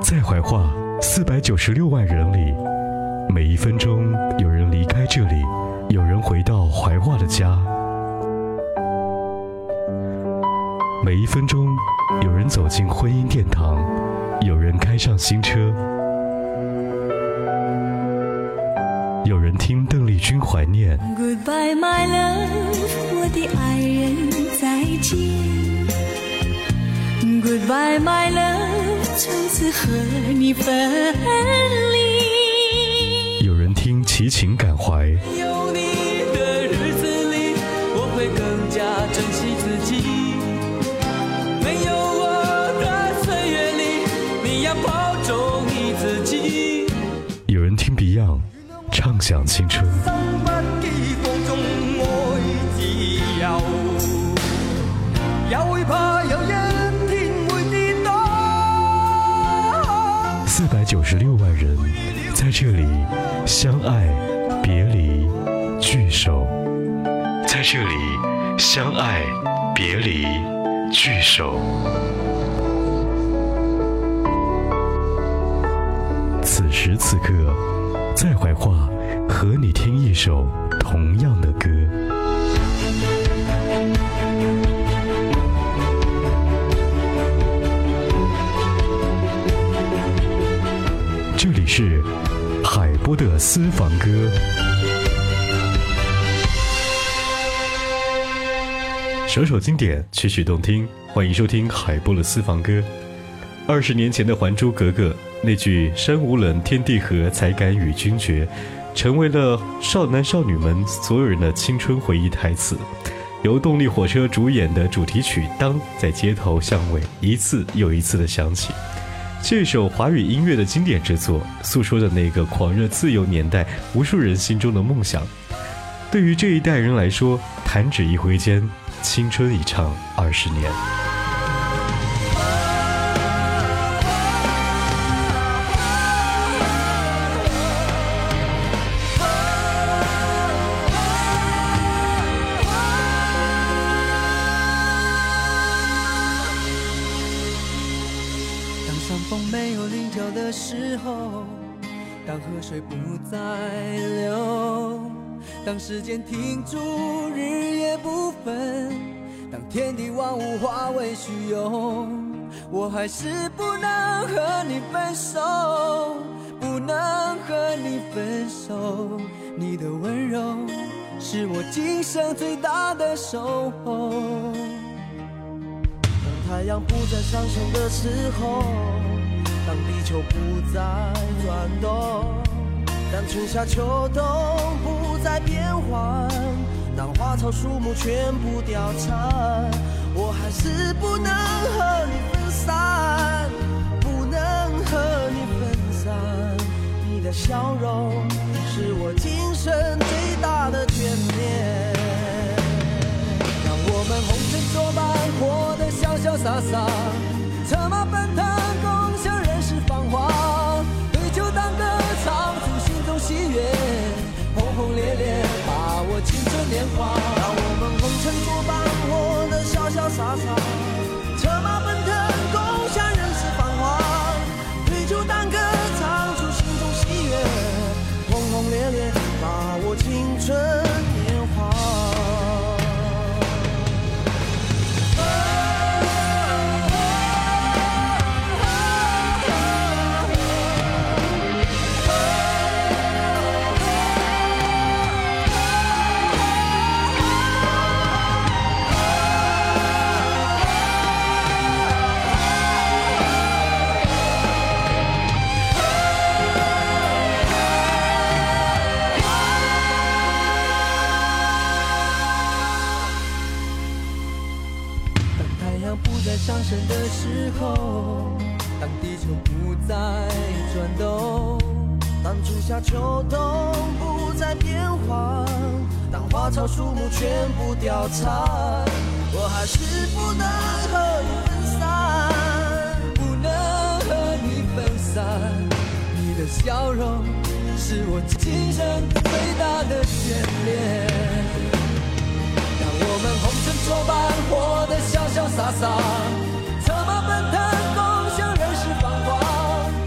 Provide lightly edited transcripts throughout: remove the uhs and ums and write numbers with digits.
在怀化496万人里，每一分钟有人离开这里，有人回到怀化的家。每一分钟有人走进婚姻殿堂，有人开上新车，有人听邓丽君怀念。 Goodbye my love， 我的爱人再见。 Goodbye my love， 从此和你分离。 有人听齐秦感怀。 有你的日子里，我会更加珍惜自己。没有我的岁月里，你要保重你自己。 有人听 Beyond 畅想青春。 生不羈放縱愛自由，也會怕有一天會跌倒。 496萬人在這裡相愛別離聚首，在這裡相愛別離聚首。此時此刻，在懷化和你聽一首同樣的歌。這裡是海波的私房歌。首首經典，曲曲動聽，歡迎收聽海波的私房歌。20年前的《還珠格格》，那句山無冷，天地合，才敢與君絕，成為了少男少女們所有人的青春回憶台詞。由動力火車主演的主題曲《當》在街頭巷尾一次又一次的響起。這首華語音樂的經典之作，訴說着那個狂熱自由年代無數人心中的夢想。對於這一代人來說，彈指一揮間，青春已長20年。 当风没有棱角的时候，当河水不再流，当时间停住，日夜不分，当天地万物化为虚有，我还是不能和你分手，不能和你分手。你的温柔是我今生最大的守候。当太阳不再上升的时候，当地球不再转动，当春夏秋冬不再变换，当花草树木全部凋残，我还是不能和你分散，不能和你分散。你的笑容是我今生最大的眷恋。让我们红尘作伴，活得潇潇洒洒，策马奔腾，共享人世繁华。对酒当歌，唱出心中喜悦，轰轰烈烈，把握青春年华。让我们红尘作伴，活得潇潇洒洒，策马奔腾，共享人世繁华。对酒当歌，唱出心中喜悦，轰轰烈烈，把握青春年华。上升的时候，当地球不再转动，当春夏秋冬不再变换，当花草树木全部凋残，我还是不能和你分散，不能和你分散。你的笑容是我今生最大的眷恋。让我们红尘作伴，活得潇潇洒洒，策马奔腾，共享人世繁华。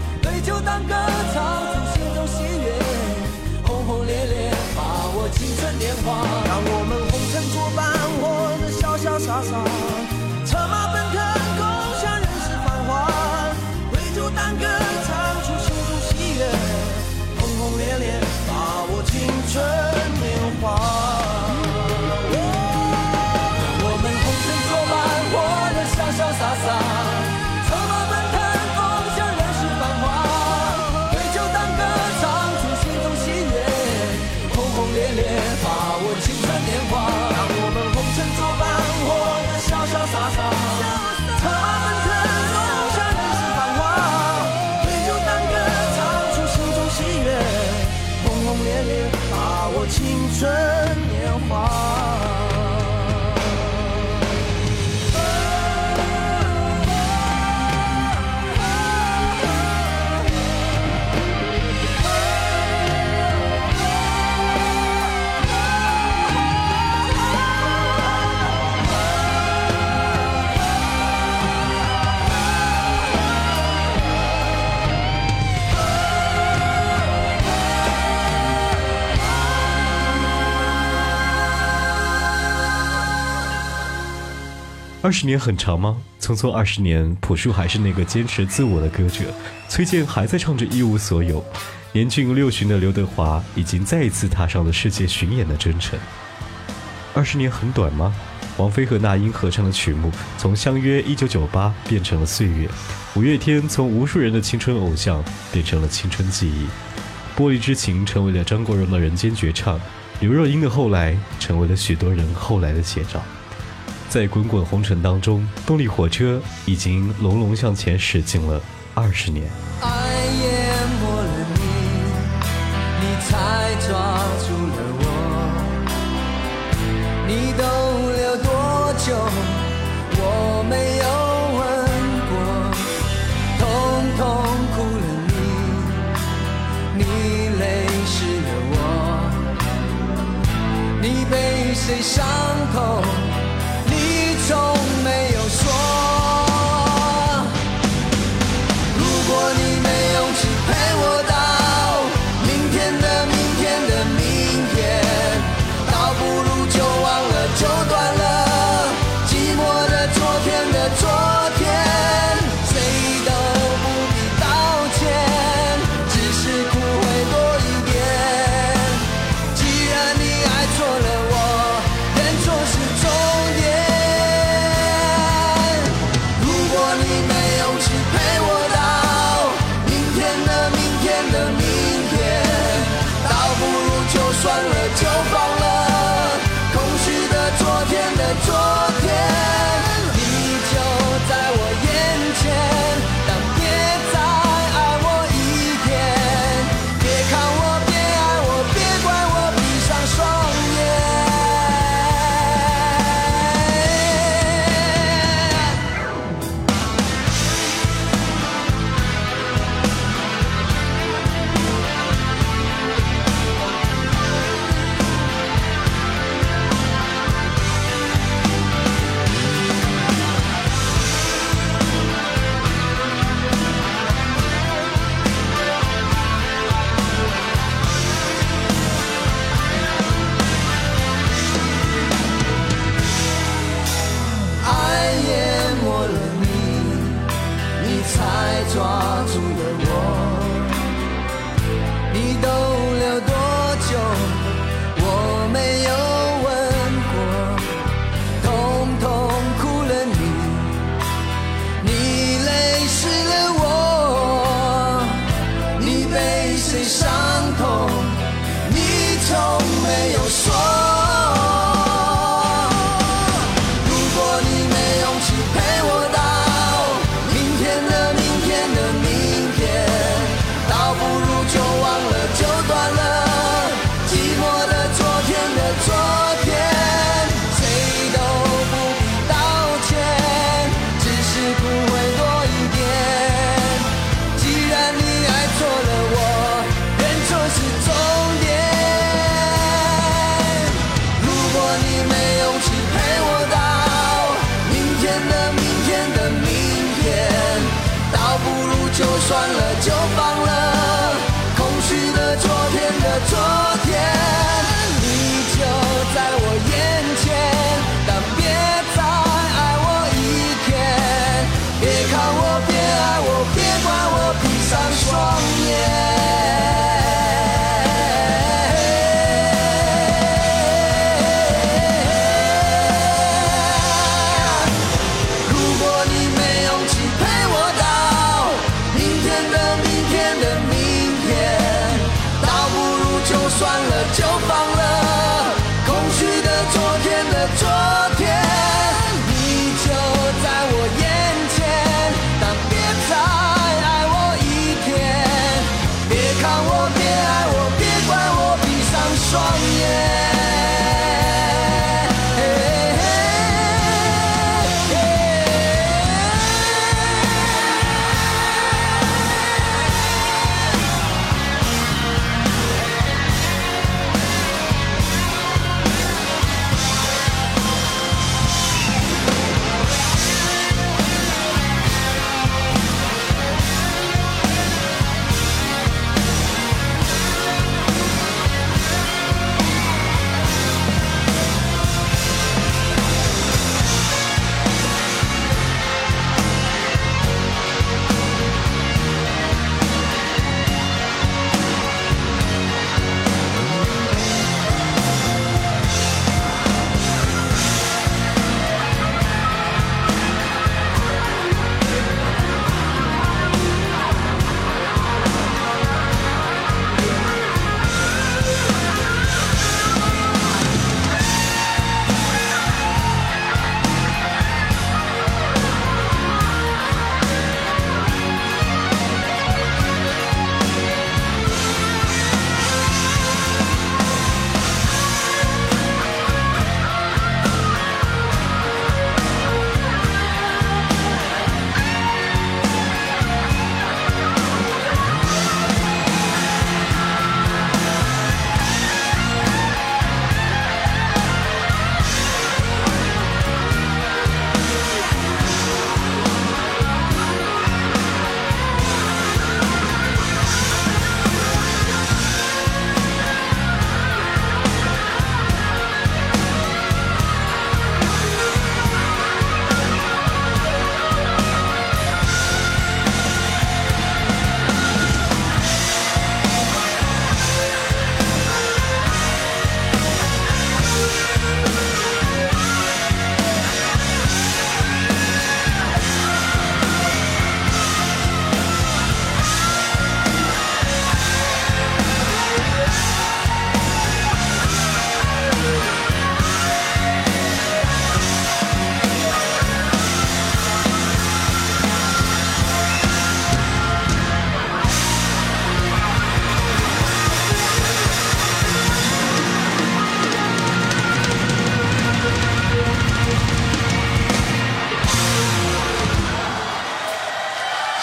洒洒，策马奔腾，风向人世繁华，对酒当歌，唱出心中喜悦，轰轰烈烈，把握青春年华，让我们红尘作伴，活得潇潇洒洒。策马奔腾，风向人世繁华，对酒当歌，唱出心中喜悦，轰轰烈烈，把握青春年华。 20年很长吗？匆匆20年，朴树还是那个坚持自我的歌者，崔健还在唱着一无所有，年近60的刘德华已经再一次踏上了世界巡演的征程。20年很短吗？王菲和那英合唱的曲目从相约1998变成了岁月，五月天从无数人的青春偶像变成了青春记忆，玻璃之情成为了张国荣的人间绝唱，刘若英的后来成为了许多人后来的写照。在滚滚红尘当中，动力火车已经隆隆向前驶进了20年。 爱淹没了你，你才抓住了我，你逗留多久我没有问过，通通哭了你，你泪湿了我，你被谁伤透，从没有说，如果你没勇气陪我到明天的明天的明天，倒不如就忘了就断了，寂寞的昨天的昨天，谁都不必道歉，只是苦会多一点，既然你爱错了我，认错是终点。算了就放了，空虚的昨天的昨天，你就在我眼前，但别再爱我一天，别看我，别爱我，别怪我闭上双才抓住了我，你逗留多久我没有问过，通通哭了你，你泪湿了我，你被谁伤痛，你从没有说，如果你没勇气陪我到就算了就放了，空虚的昨天的昨天，你就在我眼前，但别再爱我一天，别看我，别爱我，别管我，闭上双眼。如果你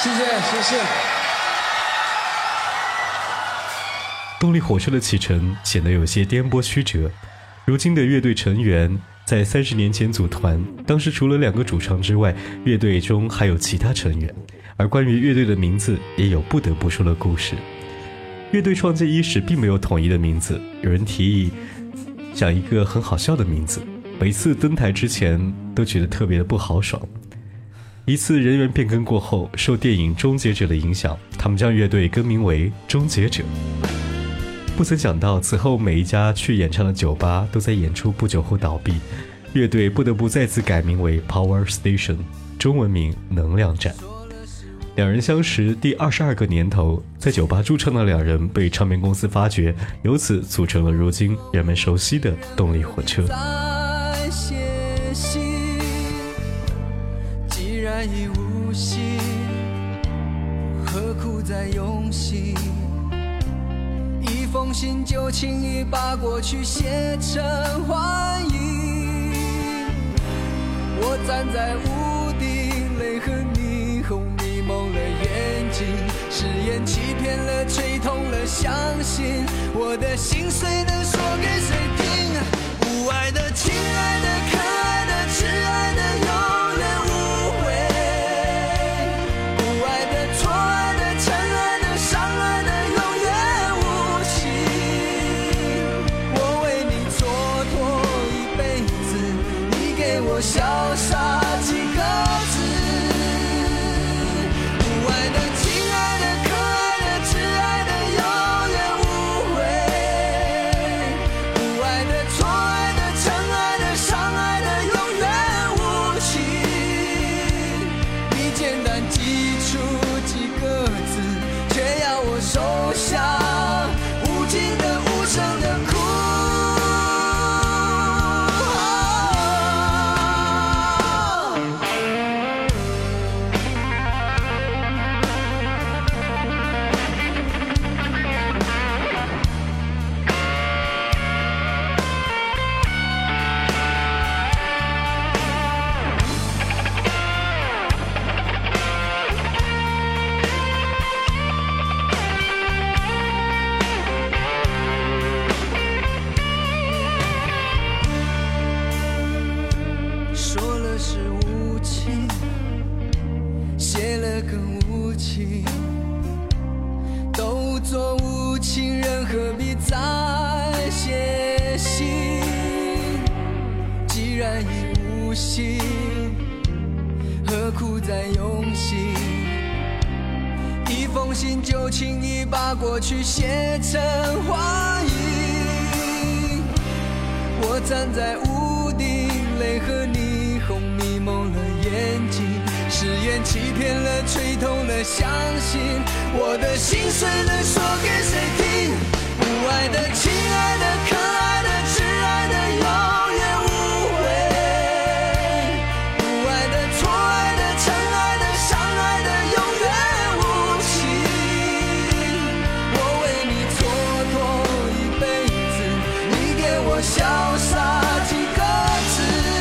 谢谢谢谢。 动力火车的启程显得有些颠簸曲折。如今的乐队成员在30年前组团，当时除了2个主唱之外，乐队中还有其他成员。而关于乐队的名字也有不得不说的故事。乐队创建伊始并没有统一的名字，有人提议想一个很好笑的名字，每次登台之前都觉得特别的不豪爽。一次人员变更过后，受电影《终结者》的影响，他们将乐队更名为终结者。不曾想到此后每一家去演唱的酒吧都在演出不久后倒闭，乐队不得不再次改名为 Power Station， 中文名能量站。两人相识第22个年头，在酒吧驻唱的两人被唱片公司发掘，由此组成了如今人们熟悉的动力火车。 在写信，既然已无心，何苦再用心？一封信就轻易把过去写成欢迎。我站在屋顶，泪和霓虹迷蒙了眼睛，誓言欺骗了，吹痛了，相信我的心碎能说给谁听？无爱的、亲爱的、可爱的、挚爱的，永远无悔；不爱的、错爱的、真爱的、伤爱的，永远无情。我为你蹉跎一辈子，你给我潇洒几个字。无爱的、亲爱的、可爱的、挚爱的，永远无悔；不爱的、错爱的、真爱的、伤爱的，永远无情。你简单记出几个字，却要我收下无尽的、无声的哭。说了是无情，写了更无情，都做无情人，何必再写信？既然已无心，何苦再用心？一封信就轻易把过去写成欢迎。我站在屋顶，泪和霓虹迷蒙了眼睛，誓言欺骗了，吹痛了，相信我的心碎了，说给谁听？无爱的、亲爱的、可爱的、挚爱的，永远无悔；不爱的、错爱的、真爱的、伤爱的，永远无情。我为你蹉跎一辈子，你给我潇洒几个字。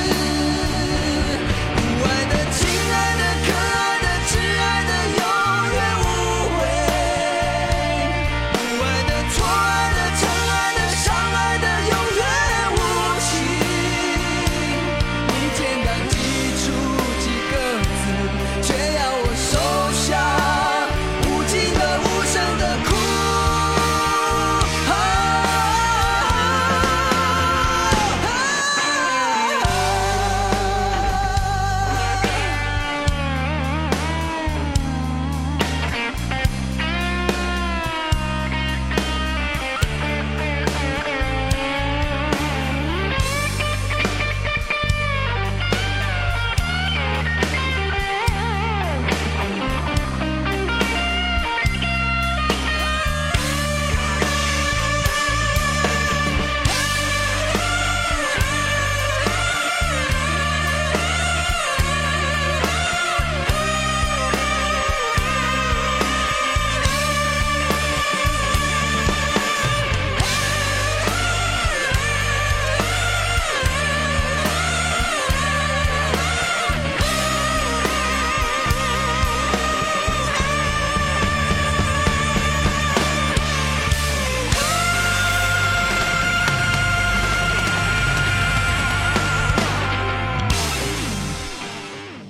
无爱的、亲爱的、可爱的、挚爱的，永远无悔；不爱的、错爱的、真爱的、伤爱的，永远无情。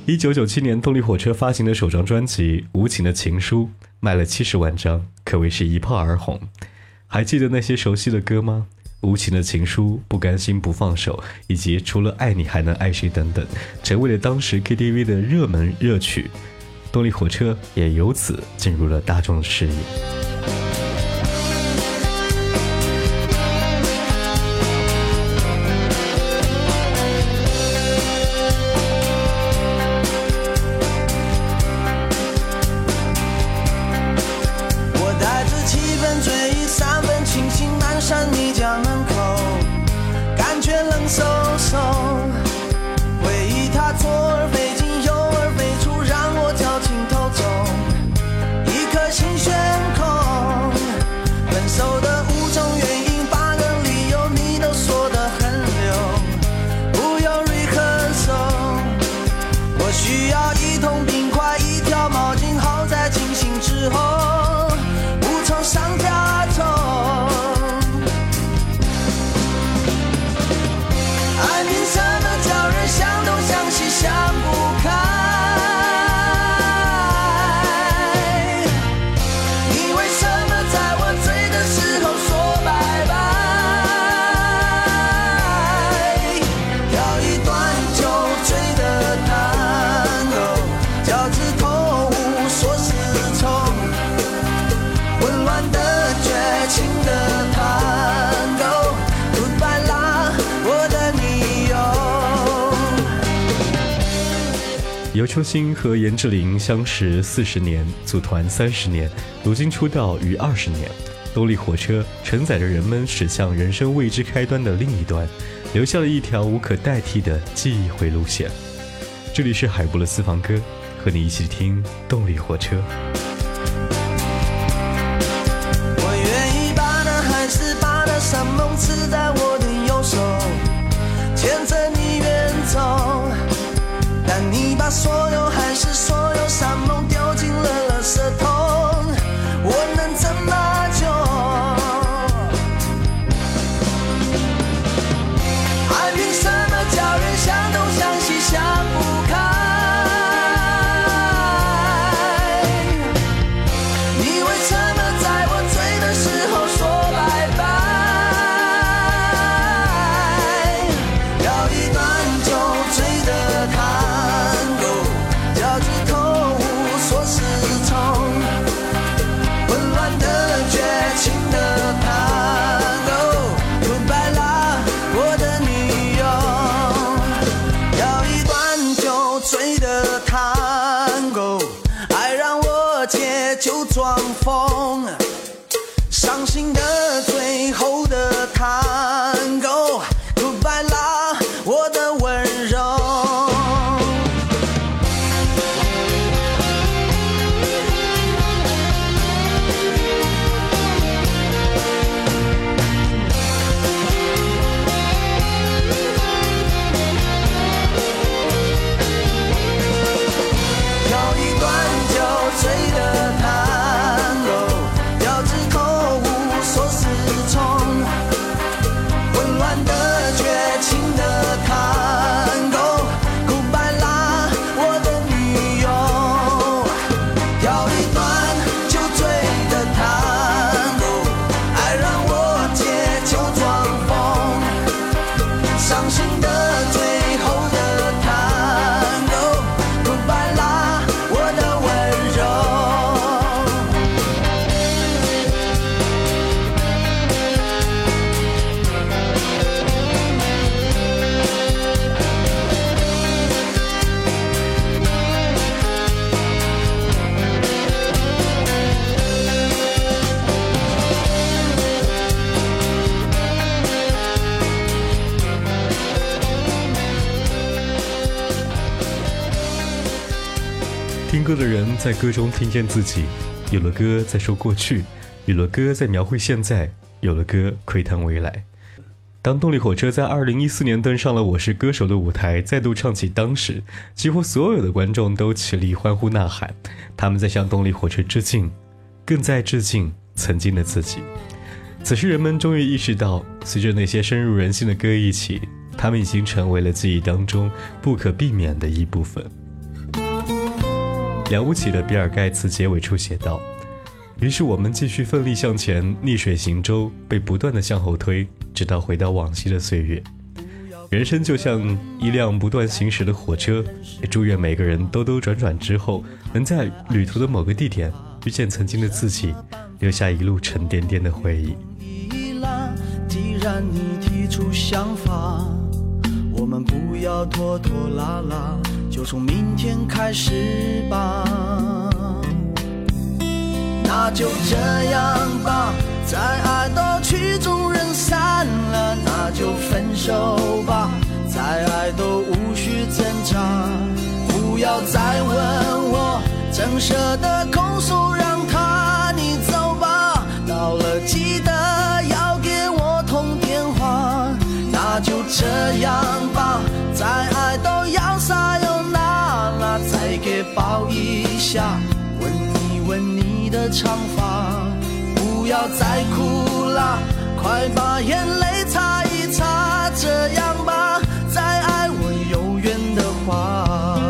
1997年，动力火车发行的首张专辑《无情的情书》卖了70万张，可谓是一炮而红。还记得那些熟悉的歌吗？无情的情书、不甘心不放手，以及除了爱你还能爱谁等等，成为了当时 KTV 的热门热曲。动力火车也由此进入了大众的视野。尤秋兴和严志玲相识40年，组团30年，如今出道逾20年。动力火车承载着人们驶向人生未知开端的另一端，留下了一条无可代替的记忆回路线。这里是海波的私房歌，和你一起听动力火车。 我愿意把那海誓把那山盟刺在我的右手，牵着你远走，但你把所有海誓所有山盟丢进了垃圾桶，我能怎么救？爱凭什么叫人向东向西想不开？你为什么在我醉的时候说拜拜？要一段就醉的探戈，脚趾头无所适从，混乱的绝情的探戈，不白啦我的女友。要一段就醉的探戈，爱让我借酒装疯，伤心的最后的探戈，不白啦我的温柔。有一段就醉的探戈，脚趾头无所适从，混乱的绝情的探戈，古白啦我的女友。有一段就醉的探戈，爱让我借酒装疯，伤心的最后的探戈，古白啦我的温柔。 听歌的人在歌中听见自己，有了歌在说过去，有了歌在描绘现在，有了歌窥探未来。当动力火车在2014年登上了《我是歌手》的舞台，再度唱起当时，几乎所有的观众都起立欢呼呐喊，他们在向动力火车致敬，更在致敬曾经的自己。此时人们终于意识到，随着那些深入人心的歌一起，他们已经成为了记忆当中不可避免的一部分。 了不起的比尔盖茨结尾处写道：于是我们继续奋力向前，逆水行舟，被不断地向后推，直到回到往昔的岁月。人生就像一辆不断行驶的火车，也祝愿每个人兜兜转转之后，能在旅途的某个地点遇见曾经的自己，留下一路沉甸甸的回忆。 既然你提出想法，我们不要拖拖拉拉，就从明天开始吧。那就这样吧，在爱的曲终人散了，那就分手吧，在爱都无需挣扎。不要再问我，真舍得控诉，让他你走吧，到了记得要给我通电话。那就这样吧，在爱都要撒又那拉，再给抱一下，吻一吻你的长发。不要再哭了，快把眼泪擦一擦，这样吧，再爱我有缘的话。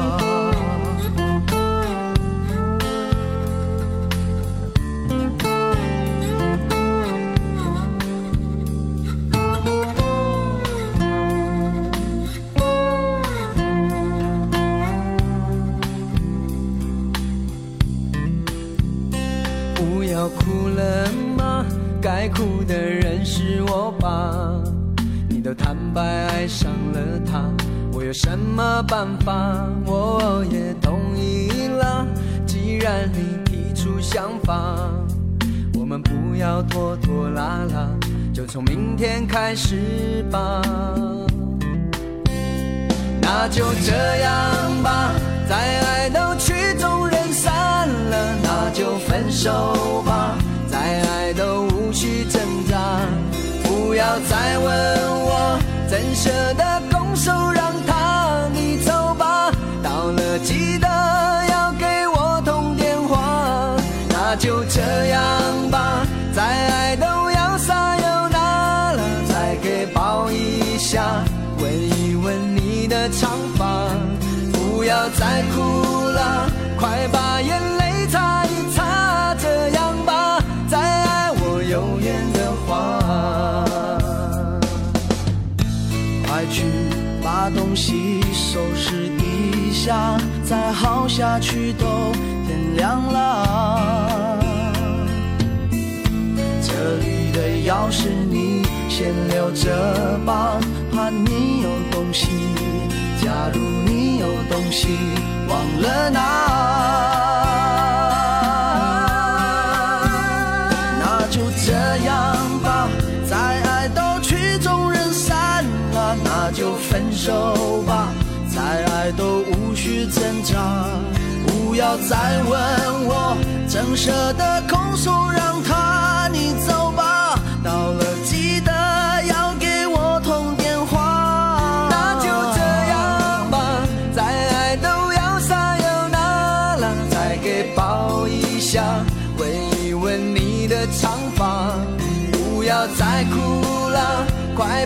不要哭了吗？该哭的人是我吧。你都坦白爱上了他，我有什么办法？我也同意了，既然你提出想法，我们不要拖拖拉拉，就从明天开始吧。那就这样吧，在爱都曲终人散了，那就分手吧，在爱都无需挣扎。不要再问我，怎舍得拱手让他你走吧，到了记得要给我通电话。那就这样吧，在爱都要撒又那拉，再给抱一下，吻一吻你的长发。不要再哭了，快把眼泪擦一擦，这样吧，再爱我有缘的话。快去把东西收拾一下，再耗下去都天亮了。这里的钥匙你先留着吧，怕你有东西，假如你有东西忘了拿，那就这样吧，在爱都曲终人散了，那就分手吧，在爱都无需挣扎。不要再问我，真舍得控诉，让他你走吧，到了记得要给我通电话。那就这样吧，在爱都要撒又那拉，再给抱一下，吻一吻你的长发。不要再哭了，快